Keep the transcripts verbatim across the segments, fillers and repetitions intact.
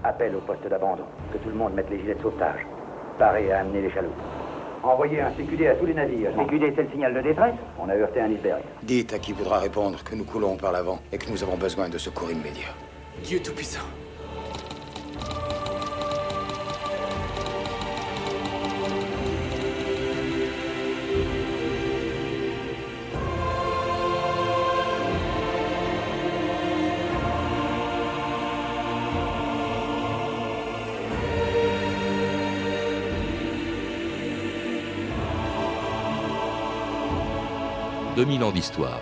Appel au poste d'abandon. Que tout le monde mette les gilets de sauvetage. Paré à amener les chaloupes. Envoyez un C Q D à tous les navires. C Q D, c'est le signal de détresse? On a heurté un iceberg. Dites à qui voudra répondre que nous coulons par l'avant et que nous avons besoin de secours immédiats. Dieu Tout-Puissant. deux mille ans d'histoire.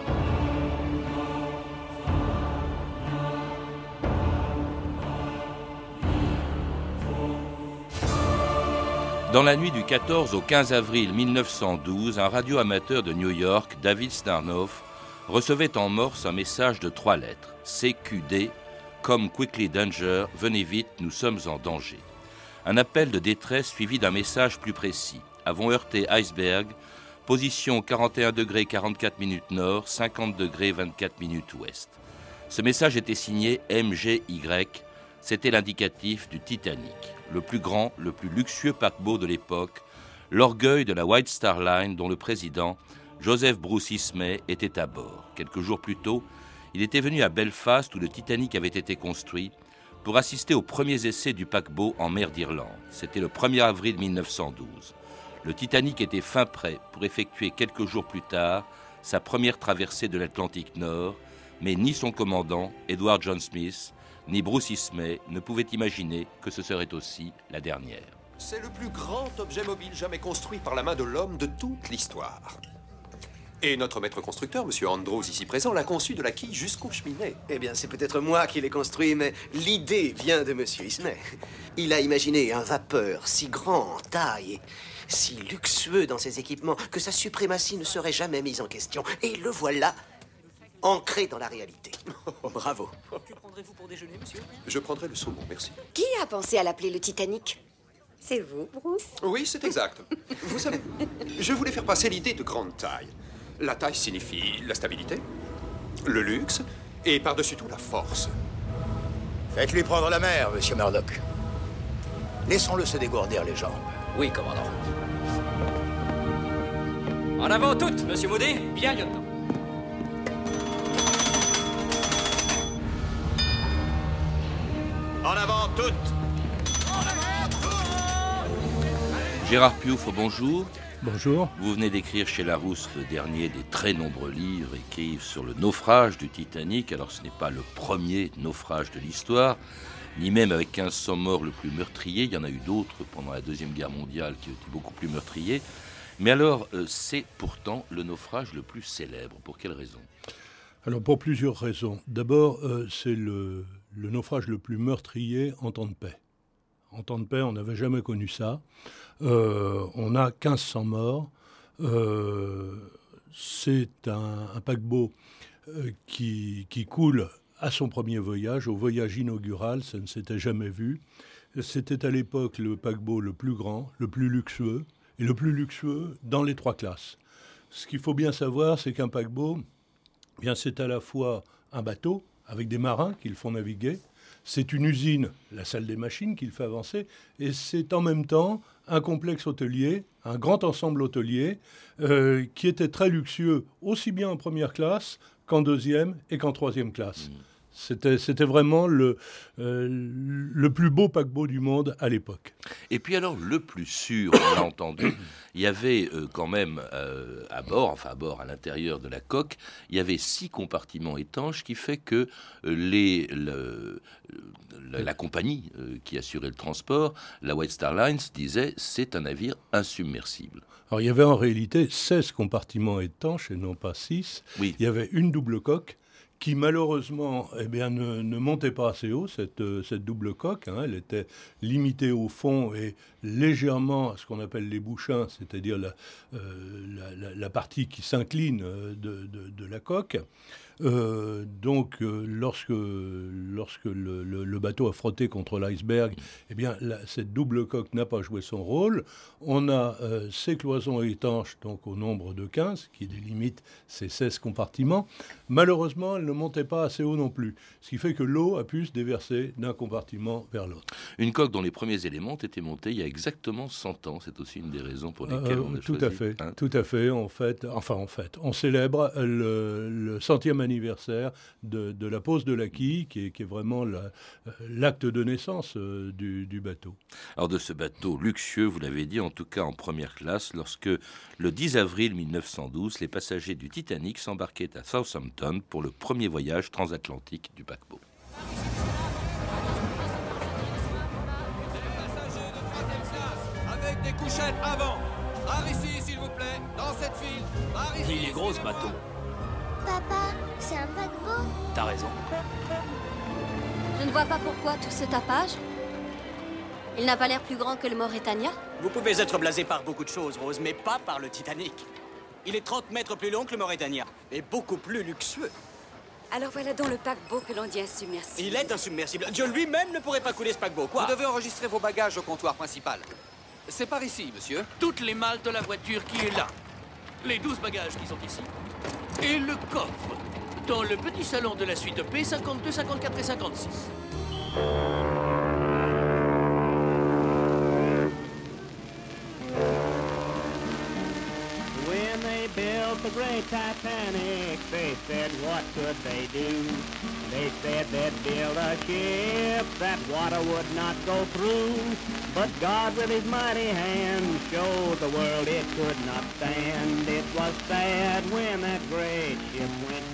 Dans la nuit du quatorze au quinze avril mille neuf cent douze, un radioamateur de New York, David Sarnoff, recevait en morse un message de trois lettres. C Q D, Come Quickly Danger, venez vite, nous sommes en danger. Un appel de détresse suivi d'un message plus précis. Avons heurté iceberg, position quarante et un degrés quarante-quatre minutes nord, cinquante degrés vingt-quatre minutes ouest. Ce message était signé M G Y, c'était l'indicatif du Titanic, le plus grand, le plus luxueux paquebot de l'époque, l'orgueil de la White Star Line dont le président, Joseph Bruce Ismay, était à bord. Quelques jours plus tôt, il était venu à Belfast où le Titanic avait été construit pour assister aux premiers essais du paquebot en mer d'Irlande. C'était le premier avril mille neuf cent douze. Le Titanic était fin prêt pour effectuer quelques jours plus tard sa première traversée de l'Atlantique Nord, mais ni son commandant, Edward John Smith, ni Bruce Ismay ne pouvaient imaginer que ce serait aussi la dernière. C'est le plus grand objet mobile jamais construit par la main de l'homme de toute l'histoire. Et notre maître constructeur, M. Andrews, ici présent, l'a conçu de la quille jusqu'aux cheminées. Eh bien, c'est peut-être moi qui l'ai construit, mais l'idée vient de M. Ismay. Il a imaginé un vapeur si grand en taille et si luxueux dans ses équipements que sa suprématie ne serait jamais mise en question. Et le voilà, ancré dans la réalité. Oh, bravo. Que prendrez-vous pour déjeuner, monsieur? Je prendrai le saumon, merci. Qui a pensé à l'appeler le Titanic? C'est vous, Bruce? Oui, c'est exact. Vous savez, je voulais faire passer l'idée de grande taille. La taille signifie la stabilité, le luxe et par-dessus tout la force. Faites-lui prendre la mer, monsieur Murdoch. Laissons-le se dégourdir les jambes. Oui, commandant. En avant toutes, monsieur Maudet. Bien, lieutenant. En avant toutes! Gérard Piouffe, bonjour. Bonjour. Vous venez d'écrire chez Larousse le dernier des très nombreux livres écrits sur le naufrage du Titanic. Alors ce n'est pas le premier naufrage de l'histoire, ni même avec quinze cents morts le plus meurtrier. Il y en a eu d'autres pendant la Deuxième Guerre mondiale qui étaient beaucoup plus meurtriers. Mais alors, euh, c'est pourtant le naufrage le plus célèbre. Pour quelle raison? Alors pour plusieurs raisons. D'abord, euh, c'est le, le naufrage le plus meurtrier en temps de paix. En temps de paix, on n'avait jamais connu ça. Euh, on a quinze cents morts. Euh, c'est un, un paquebot euh, qui, qui coule à son premier voyage, au voyage inaugural, ça ne s'était jamais vu. C'était à l'époque le paquebot le plus grand, le plus luxueux, et le plus luxueux dans les trois classes. Ce qu'il faut bien savoir, c'est qu'un paquebot, eh bien, c'est à la fois un bateau, avec des marins qui le font naviguer, c'est une usine, la salle des machines, qui le fait avancer, et c'est en même temps un complexe hôtelier, un grand ensemble hôtelier, euh, qui était très luxueux, aussi bien en première classe qu'en deuxième et qu'en troisième classe. Mmh. C'était, c'était vraiment le, euh, le plus beau paquebot du monde à l'époque. Et puis alors, le plus sûr, on l'a entendu, il y avait euh, quand même euh, à bord, enfin à bord, à l'intérieur de la coque, il y avait six compartiments étanches qui fait que euh, les, le, la, la compagnie euh, qui assurait le transport, la White Star Line, disait c'est un navire insubmersible. Alors il y avait en réalité seize compartiments étanches et non pas six. Oui. Il y avait une double coque qui malheureusement eh bien, ne, ne montait pas assez haut, cette, cette double coque. Hein, elle était limitée au fond et légèrement à ce qu'on appelle les bouchins, c'est-à-dire la, euh, la, la, la partie qui s'incline de, de, de la coque. Euh, donc, euh, lorsque, lorsque le, le, le bateau a frotté contre l'iceberg, eh bien, la, cette double coque n'a pas joué son rôle. On a euh, ces cloisons étanches, donc au nombre de quinze, qui délimitent ces seize compartiments. Malheureusement, elles ne montaient pas assez haut non plus, ce qui fait que l'eau a pu se déverser d'un compartiment vers l'autre. Une coque dont les premiers éléments ont été montés il y a exactement cent ans. C'est aussi une des raisons pour lesquelles euh, on a tout choisi. À fait, hein. Tout à fait. En fait, enfin, en fait, on célèbre le, le centième anniversaire de, de la pose de la quille, qui est, qui est vraiment la, l'acte de naissance euh, du, du bateau. Alors de ce bateau luxueux, vous l'avez dit, en tout cas en première classe, lorsque le dix avril mille neuf cent douze, les passagers du Titanic s'embarquaient à Southampton pour le premier voyage transatlantique du paquebot. Avec des couchettes avant. Par ici, s'il vous plaît, dans cette file. Par ici. Il est gros ce bateau. Papa, c'est un paquebot. T'as raison. Je ne vois pas pourquoi tout ce tapage. Il n'a pas l'air plus grand que le Mauretania. Vous pouvez être blasé par beaucoup de choses, Rose, mais pas par le Titanic. Il est trente mètres plus long que le Mauretania, et beaucoup plus luxueux. Alors voilà donc le paquebot que l'on dit insubmersible. Il est insubmersible. Dieu lui-même ne pourrait pas couler ce paquebot, quoi. Vous devez enregistrer vos bagages au comptoir principal. C'est par ici, monsieur. Toutes les malles de la voiture qui est là. Les douze bagages qui sont ici. Et le coffre. Dans le petit salon de la suite P, cinquante-deux, cinquante-quatre et cinquante-six. When they built the great Titanic, they said what could they do? They said they'd build a ship that water would not go through. But God with his mighty hand showed the world it could not stand. It was sad when that great ship went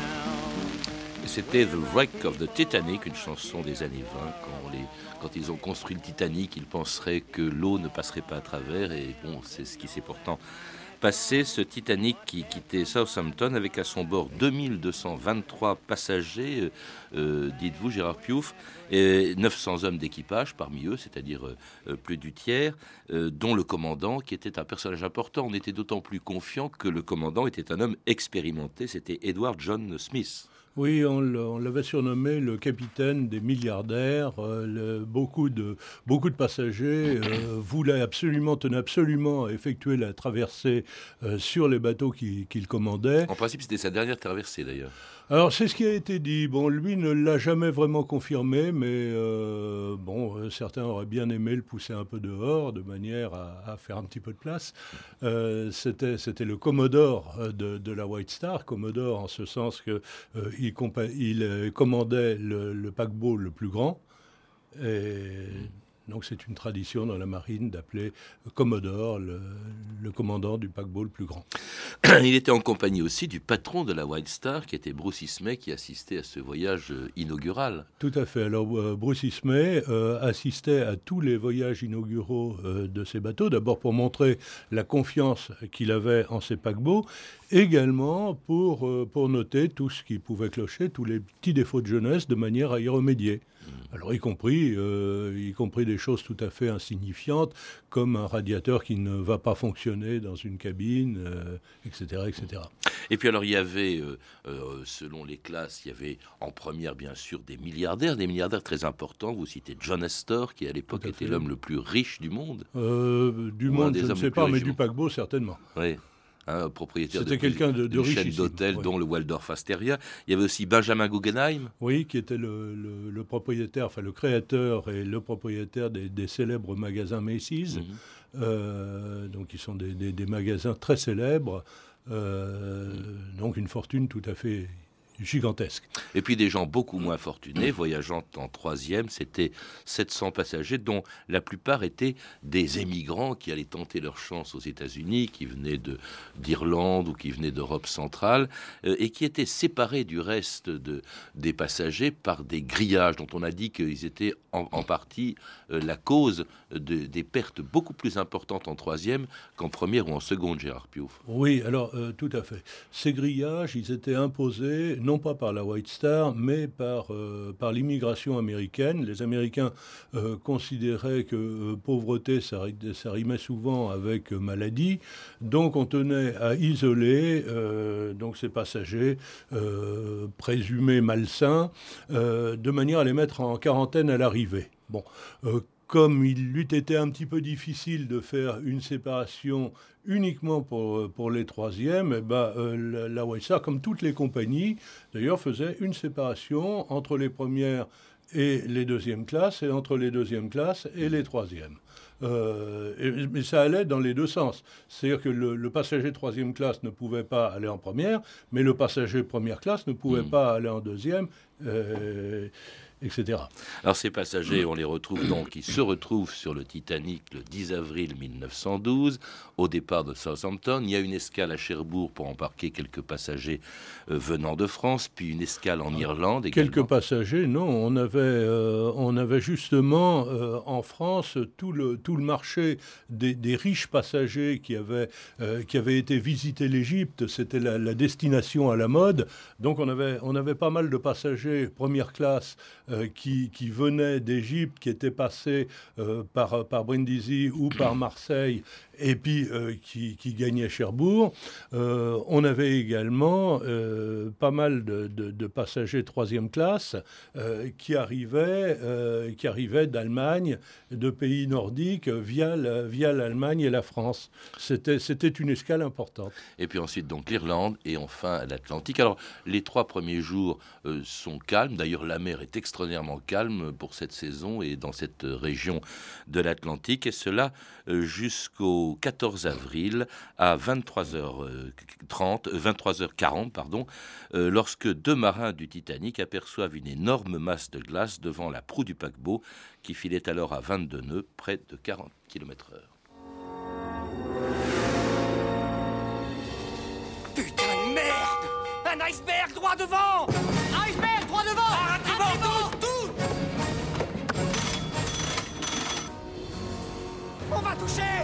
down. C'était The Wreck of the Titanic, une chanson des années vingt. Quand, les, quand ils ont construit le Titanic, ils penseraient que l'eau ne passerait pas à travers. Et bon, c'est ce qui s'est pourtant passé. Ce Titanic qui quittait Southampton avec à son bord deux mille deux cent vingt-trois passagers, euh, dites-vous Gérard Piouf, et neuf cents hommes d'équipage parmi eux, c'est-à-dire euh, plus du tiers, euh, dont le commandant qui était un personnage important. On était d'autant plus confiant que le commandant était un homme expérimenté, c'était Edward John Smith. Oui, on l'avait surnommé le capitaine des milliardaires. Euh, le, beaucoup, de, beaucoup de passagers euh, voulaient absolument, tenaient absolument à effectuer la traversée euh, sur les bateaux qu'il qu'il commandait. En principe, c'était sa dernière traversée d'ailleurs. Alors, c'est ce qui a été dit. Bon, lui ne l'a jamais vraiment confirmé, mais euh, bon, euh, certains auraient bien aimé le pousser un peu dehors, de manière à, à faire un petit peu de place. Euh, c'était, c'était le Commodore de, de la White Star, Commodore en ce sens que euh, il, compa- il euh, commandait le, le paquebot le plus grand. Et donc, c'est une tradition dans la marine d'appeler Commodore le, le commandant du paquebot le plus grand. Il était en compagnie aussi du patron de la White Star, qui était Bruce Ismay, qui assistait à ce voyage inaugural. Tout à fait. Alors, euh, Bruce Ismay euh, assistait à tous les voyages inauguraux euh, de ces bateaux, d'abord pour montrer la confiance qu'il avait en ces paquebots, également pour, euh, pour noter tout ce qui pouvait clocher, tous les petits défauts de jeunesse, de manière à y remédier. Alors, y compris, euh, y compris des choses tout à fait insignifiantes, comme un radiateur qui ne va pas fonctionner dans une cabine, euh, et cetera, et cetera. Et puis alors, il y avait, euh, euh, selon les classes, il y avait en première, bien sûr, des milliardaires, des milliardaires très importants. Vous citez John Astor, qui à l'époque était l'homme le plus riche du monde. Euh, du monde, je ne sais pas, mais du paquebot, certainement. Oui. Un propriétaire C'était de, quelqu'un de, de d'une chaîne d'hôtels, oui. dont le Waldorf Astoria. Il y avait aussi Benjamin Guggenheim. Oui, qui était le, le, le propriétaire, enfin le créateur et le propriétaire des, des célèbres magasins Macy's. Mm-hmm. Euh, donc, ils sont des, des, des magasins très célèbres. Euh, mm. Donc, une fortune tout à fait gigantesque. Et puis des gens beaucoup moins fortunés, voyageant en troisième, c'était sept cents passagers, dont la plupart étaient des émigrants qui allaient tenter leur chance aux États-Unis, qui venaient de, d'Irlande ou qui venaient d'Europe centrale, euh, et qui étaient séparés du reste de, des passagers par des grillages, dont on a dit qu'ils étaient en, en partie euh, la cause de, des pertes beaucoup plus importantes en troisième qu'en première ou en seconde, Gérard Piouf. Oui, alors euh, tout à fait. Ces grillages, ils étaient imposés non pas par la White Star, mais par, euh, par l'immigration américaine. Les Américains euh, considéraient que euh, pauvreté, ça, ça rimait souvent avec euh, maladie. Donc on tenait à isoler euh, donc ces passagers euh, présumés malsains, euh, de manière à les mettre en quarantaine à l'arrivée. Bon, euh, comme il eût été un petit peu difficile de faire une séparation uniquement pour, pour les troisièmes, eh ben, euh, la, la White Star, comme toutes les compagnies, d'ailleurs, faisait une séparation entre les premières et les deuxièmes classes, et entre les deuxièmes classes et les troisièmes. Euh, et, mais ça allait dans les deux sens. C'est-à-dire que le, le passager troisième classe ne pouvait pas aller en première, mais le passager première classe ne pouvait mmh. pas aller en deuxième, euh, et cetera. Alors ces passagers, on les retrouve donc, ils se retrouvent sur le Titanic le dix avril mille neuf cent douze, au départ de Southampton. Il y a une escale à Cherbourg pour embarquer quelques passagers euh, venant de France, puis une escale en Irlande également. Quelques passagers, non. On avait, euh, on avait justement euh, en France tout le, tout le marché des, des riches passagers qui avaient, euh, qui avaient été visiter l'Égypte. C'était la, la destination à la mode. Donc on avait, on avait pas mal de passagers première classe Euh, qui, qui venaient d'Égypte, qui étaient passés euh, par, par Brindisi ou par Marseille, et puis euh, qui, qui gagnaient Cherbourg. Euh, on avait également euh, pas mal de, de, de passagers troisième classe euh, qui arrivaient, euh, qui arrivaient d'Allemagne, de pays nordiques, via, la, via l'Allemagne et la France. C'était, c'était une escale importante. Et puis ensuite, donc, l'Irlande et enfin l'Atlantique. Alors, les trois premiers jours euh, sont calmes. D'ailleurs, la mer est extraordinairement calme pour cette saison et dans cette région de l'Atlantique. Et cela euh, jusqu'au quatorze avril à vingt-trois heures trente, vingt-trois heures quarante, pardon, euh, lorsque deux marins du Titanic aperçoivent une énorme masse de glace devant la proue du paquebot qui filait alors à vingt-deux nœuds, près de quarante kilomètres heure. Putain de merde! Un iceberg droit devant! Iceberg droit devant! Arrêtez-vous tous, tous! On va toucher!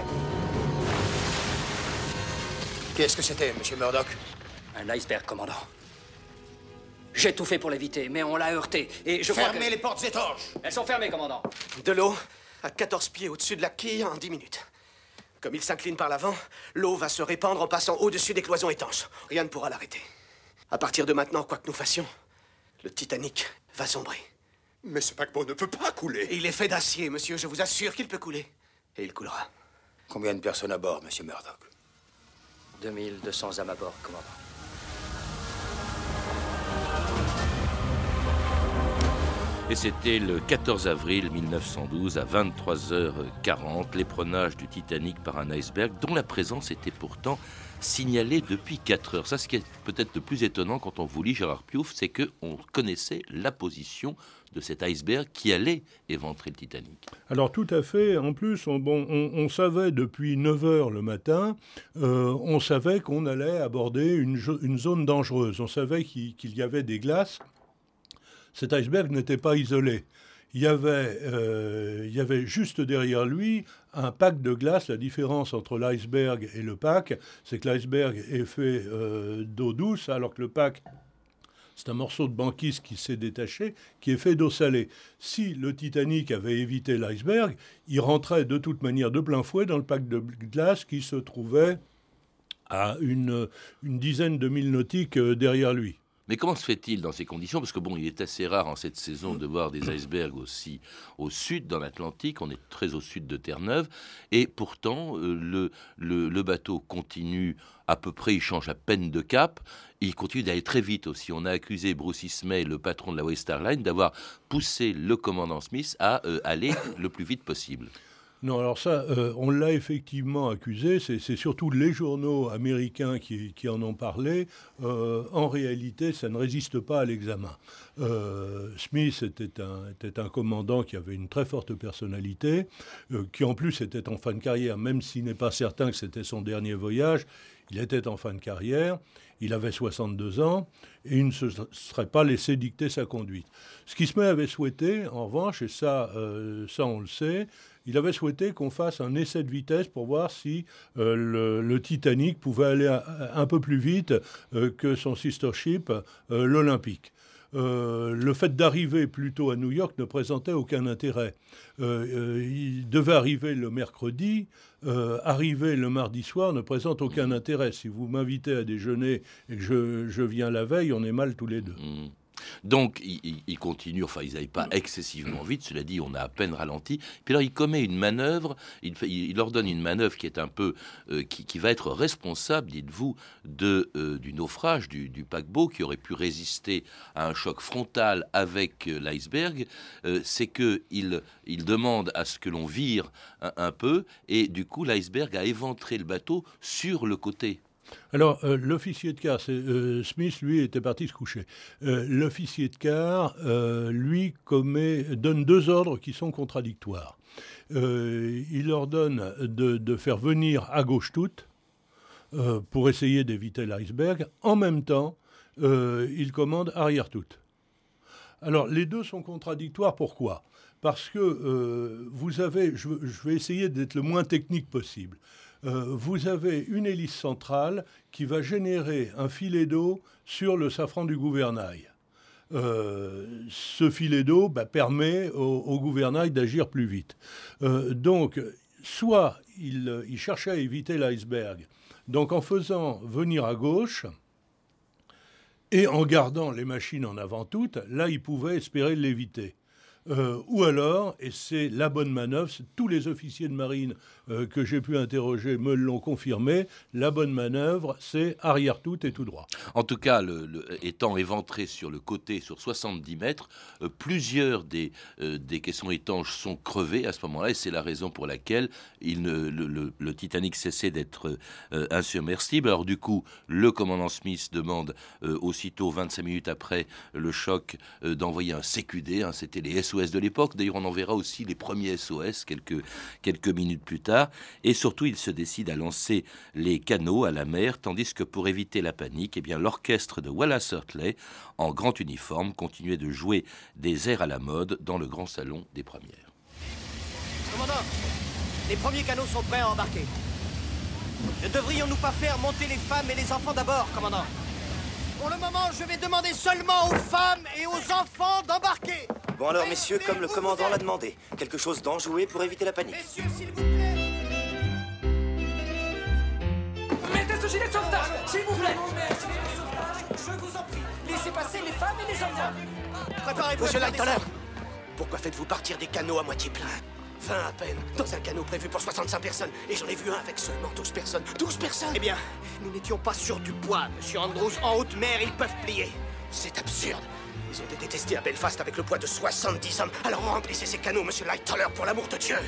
Qu'est-ce que c'était, monsieur Murdoch? Un iceberg, commandant. J'ai tout fait pour l'éviter, mais on l'a heurté, et je crois Fermez que... les portes étanches! Elles sont fermées, commandant. De l'eau à quatorze pieds au-dessus de la quille en dix minutes. Comme il s'incline par l'avant, l'eau va se répandre en passant au-dessus des cloisons étanches. Rien ne pourra l'arrêter. À partir de maintenant, quoi que nous fassions, le Titanic va sombrer. Mais ce paquebot ne peut pas couler. Il est fait d'acier, monsieur, je vous assure qu'il peut couler. Et il coulera. Combien de personnes à bord, monsieur Murdoch? deux mille deux cents âmes à bord, commandant. Et c'était le quatorze avril mille neuf cent douze à vingt-trois heures quarante, l'épronnage du Titanic par un iceberg dont la présence était pourtant signalée depuis quatre heures. Ça, ce qui est peut-être le plus étonnant quand on vous lit Gérard Piouf, c'est qu'on connaissait la position de cet iceberg qui allait éventrer le Titanic. Alors tout à fait. En plus, on, bon, on, on savait depuis neuf heures le matin, euh, on savait qu'on allait aborder une, une zone dangereuse. On savait qu'il, qu'il y avait des glaces. Cet iceberg n'était pas isolé. Il y avait, euh, il y avait juste derrière lui un pack de glace. La différence entre l'iceberg et le pack, c'est que l'iceberg est fait euh, d'eau douce, alors que le pack, c'est un morceau de banquise qui s'est détaché, qui est fait d'eau salée. Si le Titanic avait évité l'iceberg, il rentrait de toute manière de plein fouet dans le pack de glace qui se trouvait à une, une dizaine de milles nautiques derrière lui. Mais comment se fait-il dans ces conditions? Parce que bon, il est assez rare en cette saison de voir des icebergs aussi au sud, dans l'Atlantique. On est très au sud de Terre-Neuve. Et pourtant, euh, le, le, le bateau continue à peu près, il change à peine de cap. Il continue d'aller très vite aussi. On a accusé Bruce Ismay, le patron de la White Star Line, d'avoir poussé le commandant Smith à euh, aller le plus vite possible. Non, alors ça, euh, on l'a effectivement accusé. C'est, c'est surtout les journaux américains qui, qui en ont parlé. Euh, en réalité, ça ne résiste pas à l'examen. Euh, Smith était un, était un commandant qui avait une très forte personnalité, euh, qui en plus était en fin de carrière, même s'il n'est pas certain que c'était son dernier voyage. Il était en fin de carrière, il avait soixante-deux ans, et il ne se serait pas laissé dicter sa conduite. Ce qu'Ismay avait souhaité, en revanche, et ça, euh, ça on le sait, il avait souhaité qu'on fasse un essai de vitesse pour voir si euh, le, le Titanic pouvait aller un, un peu plus vite euh, que son sister ship, euh, l'Olympique. Euh, le fait d'arriver plus tôt à New York ne présentait aucun intérêt. Euh, euh, il devait arriver le mercredi, euh, arriver le mardi soir ne présente aucun intérêt. Si vous m'invitez à déjeuner et que je, je viens la veille, on est mal tous les deux. Mmh. Donc, il, il continue, enfin, ils n'allaient pas excessivement vite, cela dit, on a à peine ralenti. Puis alors, il commet une manœuvre, il, fait, il ordonne une manœuvre qui est un peu, euh, qui, qui va être responsable, dites-vous, de, euh, du naufrage du, du paquebot, qui aurait pu résister à un choc frontal avec euh, l'iceberg. Euh, c'est qu'il il demande à ce que l'on vire un, un peu, et du coup, l'iceberg a éventré le bateau sur le côté. Alors, euh, l'officier de quart, c'est, euh, Smith, lui, était parti se coucher. Euh, l'officier de quart, euh, lui, commet, donne deux ordres qui sont contradictoires. Euh, il ordonne de, de faire venir à gauche toute euh, pour essayer d'éviter l'iceberg. En même temps, euh, il commande arrière toute. Alors, les deux sont contradictoires. Pourquoi ? Parce que euh, vous avez, je, je vais essayer d'être le moins technique possible. Euh, vous avez une hélice centrale qui va générer un filet d'eau sur le safran du gouvernail. Euh, ce filet d'eau bah, permet au, au gouvernail d'agir plus vite. Euh, donc, soit il, il cherchait à éviter l'iceberg, donc en faisant venir à gauche et en gardant les machines en avant toutes, là, il pouvait espérer l'éviter. Euh, ou alors, et c'est la bonne manœuvre, tous les officiers de marine euh, que j'ai pu interroger me l'ont confirmé, la bonne manœuvre, c'est arrière tout et tout droit. En tout cas, le, le, étant éventré sur le côté, sur soixante-dix mètres, euh, plusieurs des, euh, des caissons étanches sont crevés à ce moment-là, et c'est la raison pour laquelle il ne, le, le, le Titanic cessait d'être euh, insubmersible. Alors du coup, le commandant Smith demande euh, aussitôt, vingt-cinq minutes après le choc, euh, d'envoyer un C Q D, hein, c'était les S O S de l'époque. D'ailleurs, on en verra aussi les premiers S O S quelques, quelques minutes plus tard. Et surtout, il se décide à lancer les canots à la mer, tandis que pour éviter la panique, eh bien, l'orchestre de Wallace Hurtley, en grand uniforme, continuait de jouer des airs à la mode dans le grand salon des premières. Commandant, les premiers canots sont prêts à embarquer. Ne devrions-nous pas faire monter les femmes et les enfants d'abord, commandant ? Pour le moment, je vais demander seulement aux femmes et aux enfants d'embarquer. Bon alors, messieurs, comme le commandant l'a demandé, quelque chose d'enjoué pour éviter la panique. Messieurs, s'il vous plaît. Mettez ce gilet de sauvetage, s'il vous plaît. Je vous en prie, laissez passer les femmes et les enfants. Préparez-vous. Monsieur Lightoller, pourquoi faites-vous partir des canots à moitié pleins ? vingt à peine, dans un canot prévu pour soixante-cinq personnes. Et j'en ai vu un avec seulement douze personnes. douze personnes ? Eh bien, nous n'étions pas sur du poids, monsieur Andrews. En haute mer, ils peuvent plier. C'est absurde. Ils ont été testés à Belfast avec le poids de soixante-dix hommes. Alors remplissez ces canots, monsieur Lightoller, pour l'amour de Dieu.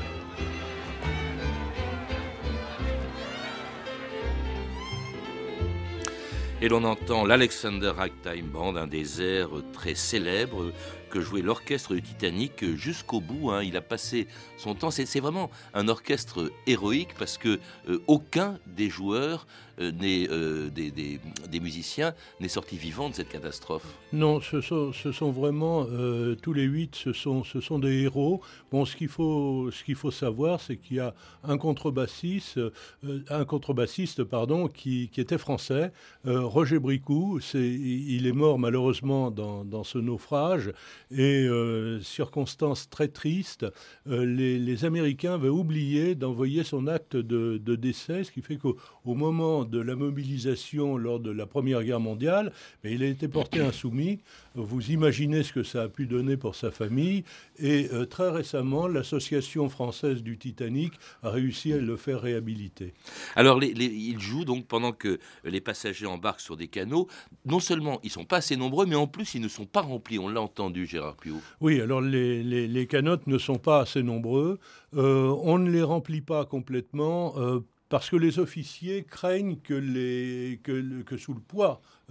Et l'on entend l'Alexander Ragtime Band, un des airs très célèbres que jouait l'orchestre du Titanic jusqu'au bout. Hein. Il a passé son temps. C'est, c'est vraiment un orchestre héroïque parce que euh, aucun des joueurs, euh, n'est, euh, des, des, des musiciens, n'est sorti vivant de cette catastrophe. Non, ce sont, ce sont vraiment euh, tous les huit, ce sont, ce sont des héros. Bon, ce qu'il faut, ce qu'il faut savoir, c'est qu'il y a un contrebassiste, euh, un contrebassiste, pardon, qui, qui était français, euh, Roger Bricou. C'est, il est mort malheureusement dans, dans ce naufrage. Et euh, circonstance très triste, euh, les, les Américains avaient oublié d'envoyer son acte de, de décès, ce qui fait qu'au au moment de la mobilisation lors de la Première Guerre mondiale, mais il a été porté insoumis. Vous imaginez ce que ça a pu donner pour sa famille. Et euh, très récemment, l'Association française du Titanic a réussi à le faire réhabiliter. Alors, les, les, ils jouent donc pendant que les passagers embarquent sur des canots. Non seulement ils ne sont pas assez nombreux, mais en plus, ils ne sont pas remplis. On l'a entendu, Gérard Piouf. Oui, alors les, les, les canots ne sont pas assez nombreux. Euh, on ne les remplit pas complètement euh, parce que les officiers craignent que, les, que, que sous le poids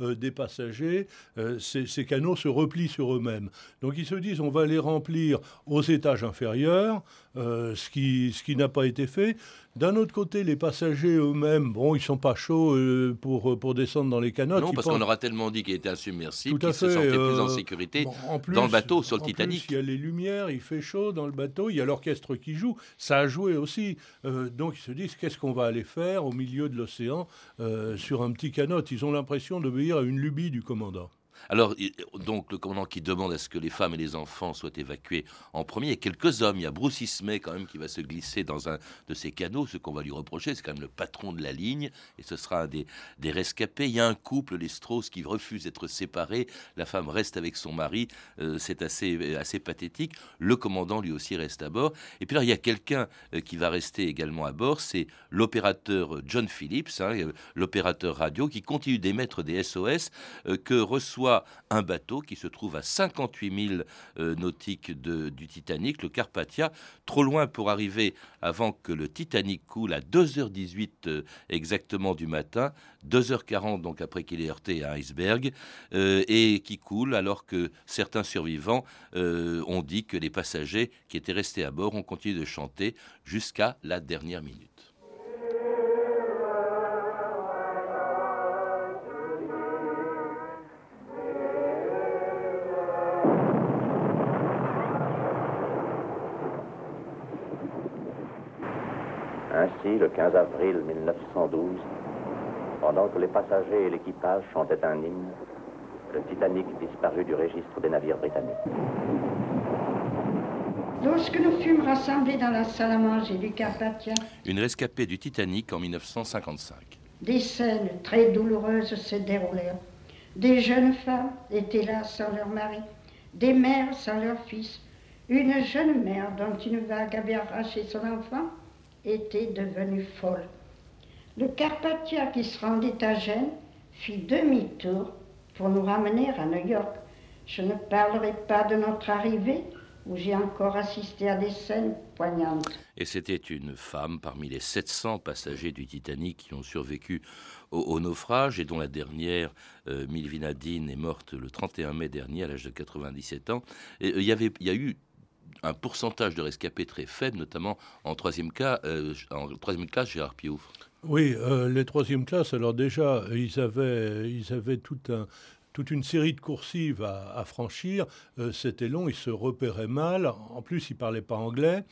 euh, des passagers, euh, ces, ces canots se replient sur eux-mêmes. Donc ils se disent on va les remplir aux étages inférieurs, euh, ce qui, ce qui n'a pas été fait. D'un autre côté, les passagers eux-mêmes, bon, ils ne sont pas chauds euh, pour, pour descendre dans les canots. Non, parce pensent... qu'on leur a tellement dit qu'il était insubmersible Tout à qu'ils se fait, sentaient euh, plus en sécurité bon, en plus, dans le bateau, sur le en Titanic. Plus, il y a les lumières, il fait chaud dans le bateau, il y a l'orchestre qui joue, ça a joué aussi. Euh, donc ils se disent, qu'est-ce qu'on va aller faire au milieu de l'océan euh, sur un petit canot? Ils ont l'impression d'obéir à une lubie du commandant. Alors, donc, le commandant qui demande à ce que les femmes et les enfants soient évacués en premier. Il y a quelques hommes. Il y a Bruce Ismay, quand même, qui va se glisser dans un de ces canots. Ce qu'on va lui reprocher, c'est quand même le patron de la ligne. Et ce sera un des, des rescapés. Il y a un couple, les Strauss, qui refuse d'être séparés. La femme reste avec son mari. Euh, c'est assez, assez pathétique. Le commandant, lui aussi, reste à bord. Et puis là, il y a quelqu'un euh, qui va rester également à bord. C'est l'opérateur John Phillips, hein, l'opérateur radio, qui continue d'émettre des S O S euh, que reçoit un bateau qui se trouve à cinquante-huit milles euh, nautiques de, du Titanic, le Carpathia, trop loin pour arriver avant que le Titanic coule à deux heures dix-huit euh, exactement du matin, deux heures quarante donc après qu'il ait heurté un iceberg, euh, et qui coule alors que certains survivants euh, ont dit que les passagers qui étaient restés à bord ont continué de chanter jusqu'à la dernière minute. Ainsi, le quinze avril mille neuf cent douze, pendant que les passagers et l'équipage chantaient un hymne, le Titanic disparut du registre des navires britanniques. Lorsque nous fûmes rassemblés dans la salle à manger du Carpathia, une rescapée du Titanic en mille neuf cent cinquante-cinq. Des scènes très douloureuses se déroulèrent. Des jeunes femmes étaient là sans leur mari, des mères sans leur fils. Une jeune mère dont une vague avait arraché son enfant était devenue folle. Le Carpathia qui se rendait à Gênes fit demi-tour pour nous ramener à New York. Je ne parlerai pas de notre arrivée, où j'ai encore assisté à des scènes poignantes. Et c'était une femme parmi les sept cents passagers du Titanic qui ont survécu au, au naufrage et dont la dernière, euh, Milvina Dean, est morte le trente et un mai dernier à l'âge de quatre-vingt-dix-sept ans. Et, euh, y avait, il y a eu un pourcentage de rescapés très faible, notamment en troisième cas, euh, en troisième classe, Gérard Piouf. Oui, euh, les troisième classes, alors déjà, ils avaient, ils avaient tout un... toute une série de coursives à, à franchir. Euh, c'était long, ils se repéraient mal. En plus, ils ne parlaient pas anglais.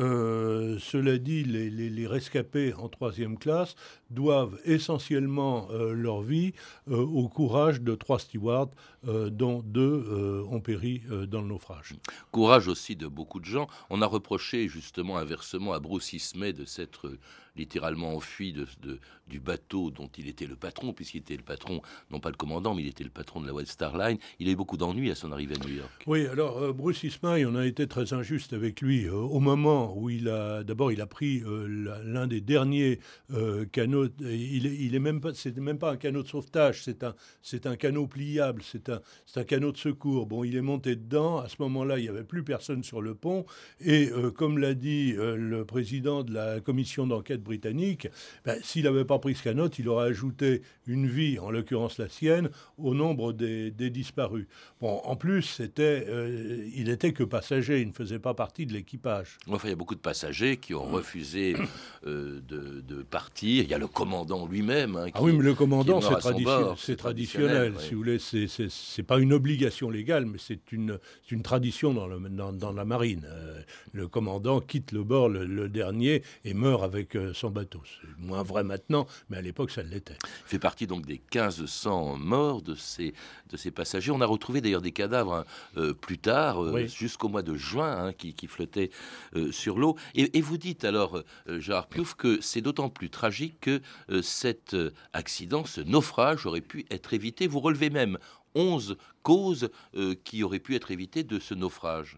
Euh, cela dit, les, les, les rescapés en troisième classe doivent essentiellement euh, leur vie euh, au courage de trois stewards, euh, dont deux euh, ont péri euh, dans le naufrage. Courage aussi de beaucoup de gens. On a reproché justement inversement à Bruce Ismay de s'être euh, littéralement enfui de, de, du bateau dont il était le patron, puisqu'il était le patron, non pas le commandant, mais il était le patron de la White Star Line. Il a eu beaucoup d'ennuis à son arrivée à New York. Oui, alors euh, Bruce Ismay, on a été très injuste avec lui. Euh, au moment où il a, d'abord, il a pris euh, l'un des derniers euh, canots. Il est, il est même pas, c'est même pas un canot de sauvetage, c'est un, c'est un canot pliable, c'est un, c'est un canot de secours. Bon, il est monté dedans. À ce moment-là, il n'y avait plus personne sur le pont. Et euh, comme l'a dit euh, le président de la commission d'enquête britannique, ben, s'il n'avait pas pris ce canot, il aurait ajouté une vie, en l'occurrence la sienne, au nombre des, des disparus. Bon, en plus, c'était, euh, il n'était que passager, il ne faisait pas partie de l'équipage. Enfin, il y a beaucoup de passagers qui ont refusé euh, de, de partir. Il y a le commandant lui-même. Hein, qui, ah oui, mais le commandant, c'est, tradition, bord, c'est, c'est traditionnel. Oui. Si vous voulez, c'est, c'est, c'est pas une obligation légale, mais c'est une, c'est une tradition dans, le, dans, dans la marine. Euh, le commandant quitte le bord le, le dernier et meurt avec euh, son bateau. C'est moins vrai maintenant, mais à l'époque, ça l'était. Il fait partie donc des quinze cents morts de ces, de ces passagers. On a retrouvé d'ailleurs des cadavres hein, euh, plus tard, euh, oui. jusqu'au mois de juin, hein, qui, qui flottaient euh, sur l'eau. Et, et vous dites alors, euh, Gérard Piouf, que c'est d'autant plus tragique que euh, cet euh, accident, ce naufrage aurait pu être évité. Vous relevez même onze causes euh, qui auraient pu être évitées de ce naufrage.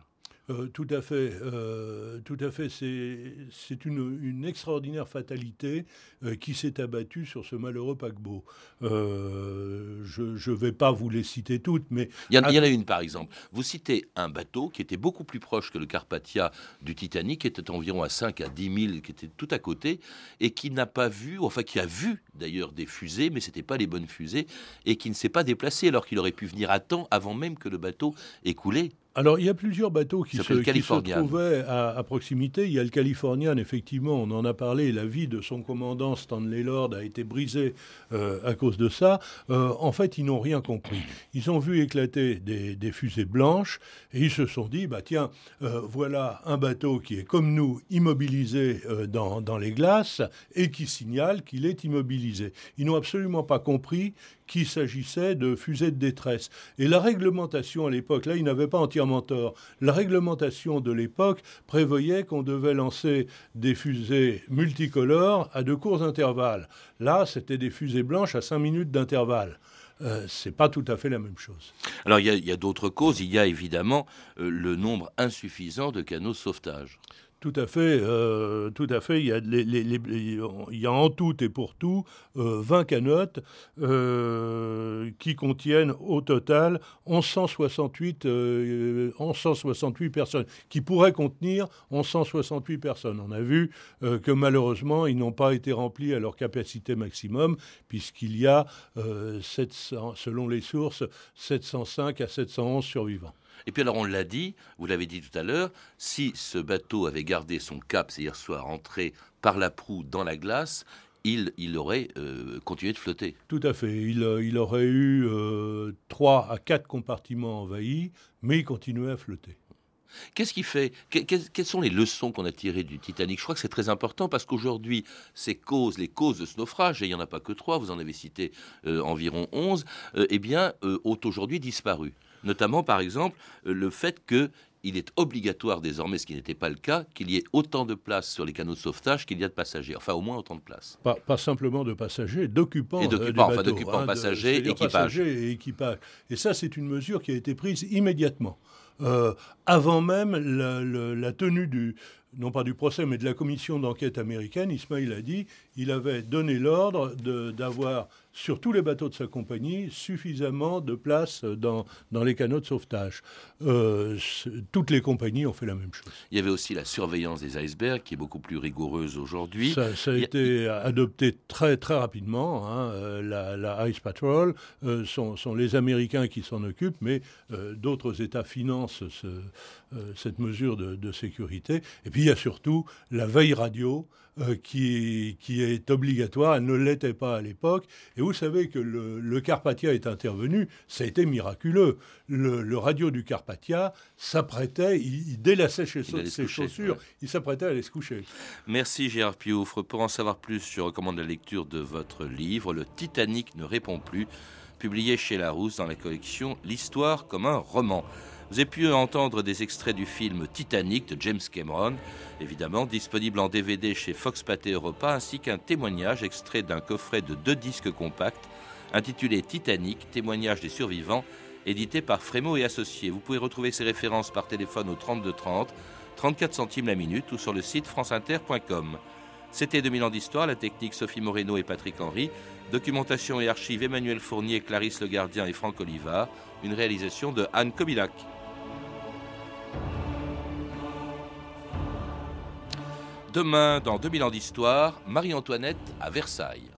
Euh, tout à fait, euh, tout à fait. C'est, c'est une, une extraordinaire fatalité euh, qui s'est abattue sur ce malheureux paquebot. Euh, je ne vais pas vous les citer toutes, mais... Il y, en, à... il y en a une, par exemple. Vous citez un bateau qui était beaucoup plus proche que le Carpathia du Titanic, qui était environ à cinq à dix milles, qui était tout à côté, et qui n'a pas vu, enfin qui a vu d'ailleurs des fusées, mais ce n'étaient pas les bonnes fusées, et qui ne s'est pas déplacé alors qu'il aurait pu venir à temps avant même que le bateau ait coulé. Alors, il y a plusieurs bateaux qui, se, qui se trouvaient à, à proximité. Il y a le Californian, effectivement, on en a parlé. La vie de son commandant, Stanley Lord, a été brisée euh, à cause de ça. Euh, en fait, ils n'ont rien compris. Ils ont vu éclater des, des fusées blanches et ils se sont dit, bah tiens, euh, voilà un bateau qui est comme nous, immobilisé euh, dans, dans les glaces et qui signale qu'il est immobilisé. Ils n'ont absolument pas compris qu'il s'agissait de fusées de détresse. Et la réglementation à l'époque, là, ils n'avaient pas entièrement tort. La réglementation de l'époque prévoyait qu'on devait lancer des fusées multicolores à de courts intervalles. Là, c'était des fusées blanches à cinq minutes d'intervalle. Euh, c'est pas tout à fait la même chose. Alors, il y, y a d'autres causes. Il y a évidemment euh, le nombre insuffisant de canots de sauvetage. Tout à fait, euh, tout à fait. Il y a, les, les, les, il y a en tout et pour tout euh, vingt canottes euh, qui contiennent au total mille cent soixante-huit, euh, mille cent soixante-huit personnes, qui pourraient contenir mille cent soixante-huit personnes. On a vu euh, que malheureusement, ils n'ont pas été remplis à leur capacité maximum, puisqu'il y a, euh, sept cents, selon les sources, sept cent cinq à sept cent onze survivants. Et puis alors on l'a dit, vous l'avez dit tout à l'heure, si ce bateau avait gardé son cap, c'est-à-dire soit rentré par la proue dans la glace, il, il aurait euh, continué de flotter. Tout à fait. Il, il aurait eu euh, trois à quatre compartiments envahis, mais il continuait à flotter. Qu'est-ce qui fait que, que, Quelles sont les leçons qu'on a tirées du Titanic? Je crois que c'est très important parce qu'aujourd'hui, ces causes, les causes de ce naufrage, et il n'y en a pas que trois, vous en avez cité euh, environ onze, euh, eh bien, euh, ont aujourd'hui disparu. Notamment, par exemple, euh, le fait qu'il est obligatoire désormais, ce qui n'était pas le cas, qu'il y ait autant de place sur les canaux de sauvetage qu'il y a de passagers. Enfin, au moins autant de place. Pas, pas simplement de passagers, d'occupants. Et d'occupants, euh, enfin d'occupants, hein, passagers, de, équipage. Passagers et équipage. Et ça, c'est une mesure qui a été prise immédiatement. Euh, avant même la, la, la tenue du, non pas du procès, mais de la commission d'enquête américaine, Ismail a dit il avait donné l'ordre de, d'avoir, sur tous les bateaux de sa compagnie, suffisamment de place dans, dans les canaux de sauvetage. Euh, toutes les compagnies ont fait la même chose. Il y avait aussi la surveillance des icebergs, qui est beaucoup plus rigoureuse aujourd'hui. Ça, ça a Il été a... adopté très, très rapidement. Hein. La, la Ice Patrol euh, sont, sont les Américains qui s'en occupent, mais euh, d'autres États financent ce, euh, cette mesure de, de sécurité. Et puis, il y a surtout la veille radio euh, qui, qui est obligatoire. Elle ne l'était pas à l'époque. Et vous savez que le, le Carpathia est intervenu. Ça a été miraculeux. Le, le radio du Carpathia s'apprêtait, il, il délaçait ses, il ses coucher, chaussures, ouais. Il s'apprêtait à aller se coucher. Merci Gérard Pioufre. Pour en savoir plus, je recommande la lecture de votre livre « Le Titanic ne répond plus », publié chez Larousse dans la collection « L'histoire comme un roman ». Vous avez pu entendre des extraits du film Titanic de James Cameron, évidemment disponible en D V D chez Fox Pathé Europa, ainsi qu'un témoignage extrait d'un coffret de deux disques compacts intitulé Titanic, témoignage des survivants, édité par Frémaux et Associés. Vous pouvez retrouver ces références par téléphone au trente-deux trente, trente-quatre centimes la minute ou sur le site franceinter point com. C'était deux mille ans d'histoire, la technique Sophie Moreno et Patrick Henry, documentation et archives Emmanuel Fournier, Clarisse Le Gardien et Franck Olivard, une réalisation de Anne Kobilac. Demain, dans deux mille ans d'histoire, Marie-Antoinette à Versailles.